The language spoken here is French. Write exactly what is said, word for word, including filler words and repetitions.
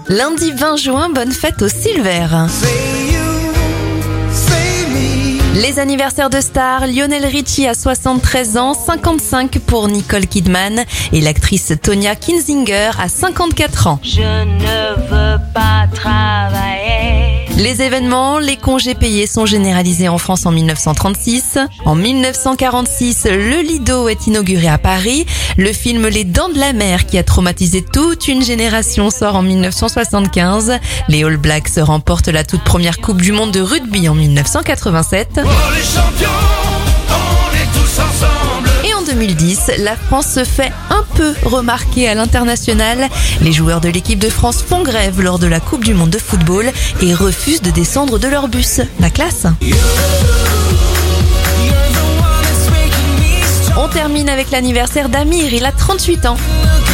Lundi vingt juin, bonne fête au Silver. Les anniversaires de stars, Lionel Richie a soixante-treize ans, cinquante-cinq pour Nicole Kidman et l'actrice Tonya Kinzinger a cinquante-quatre ans. Je ne veux pas travailler. Les événements, les congés payés sont généralisés en France en mille neuf cent trente-six. En mille neuf cent quarante-six, le Lido est inauguré à Paris. Le film Les Dents de la Mer, qui a traumatisé toute une génération, sort en mille neuf cent soixante-quinze. Les All Blacks remportent la toute première Coupe du Monde de rugby en mille neuf cent quatre-vingt-sept. Oh les champions, on est tous ensemble. Et en deux mille dix, la France se fait un peu remarquer à l'international. Les joueurs de l'équipe de France font grève lors de la Coupe du Monde de football et refusent de descendre de leur bus. La classe. On termine avec l'anniversaire d'Amir, il a trente-huit ans.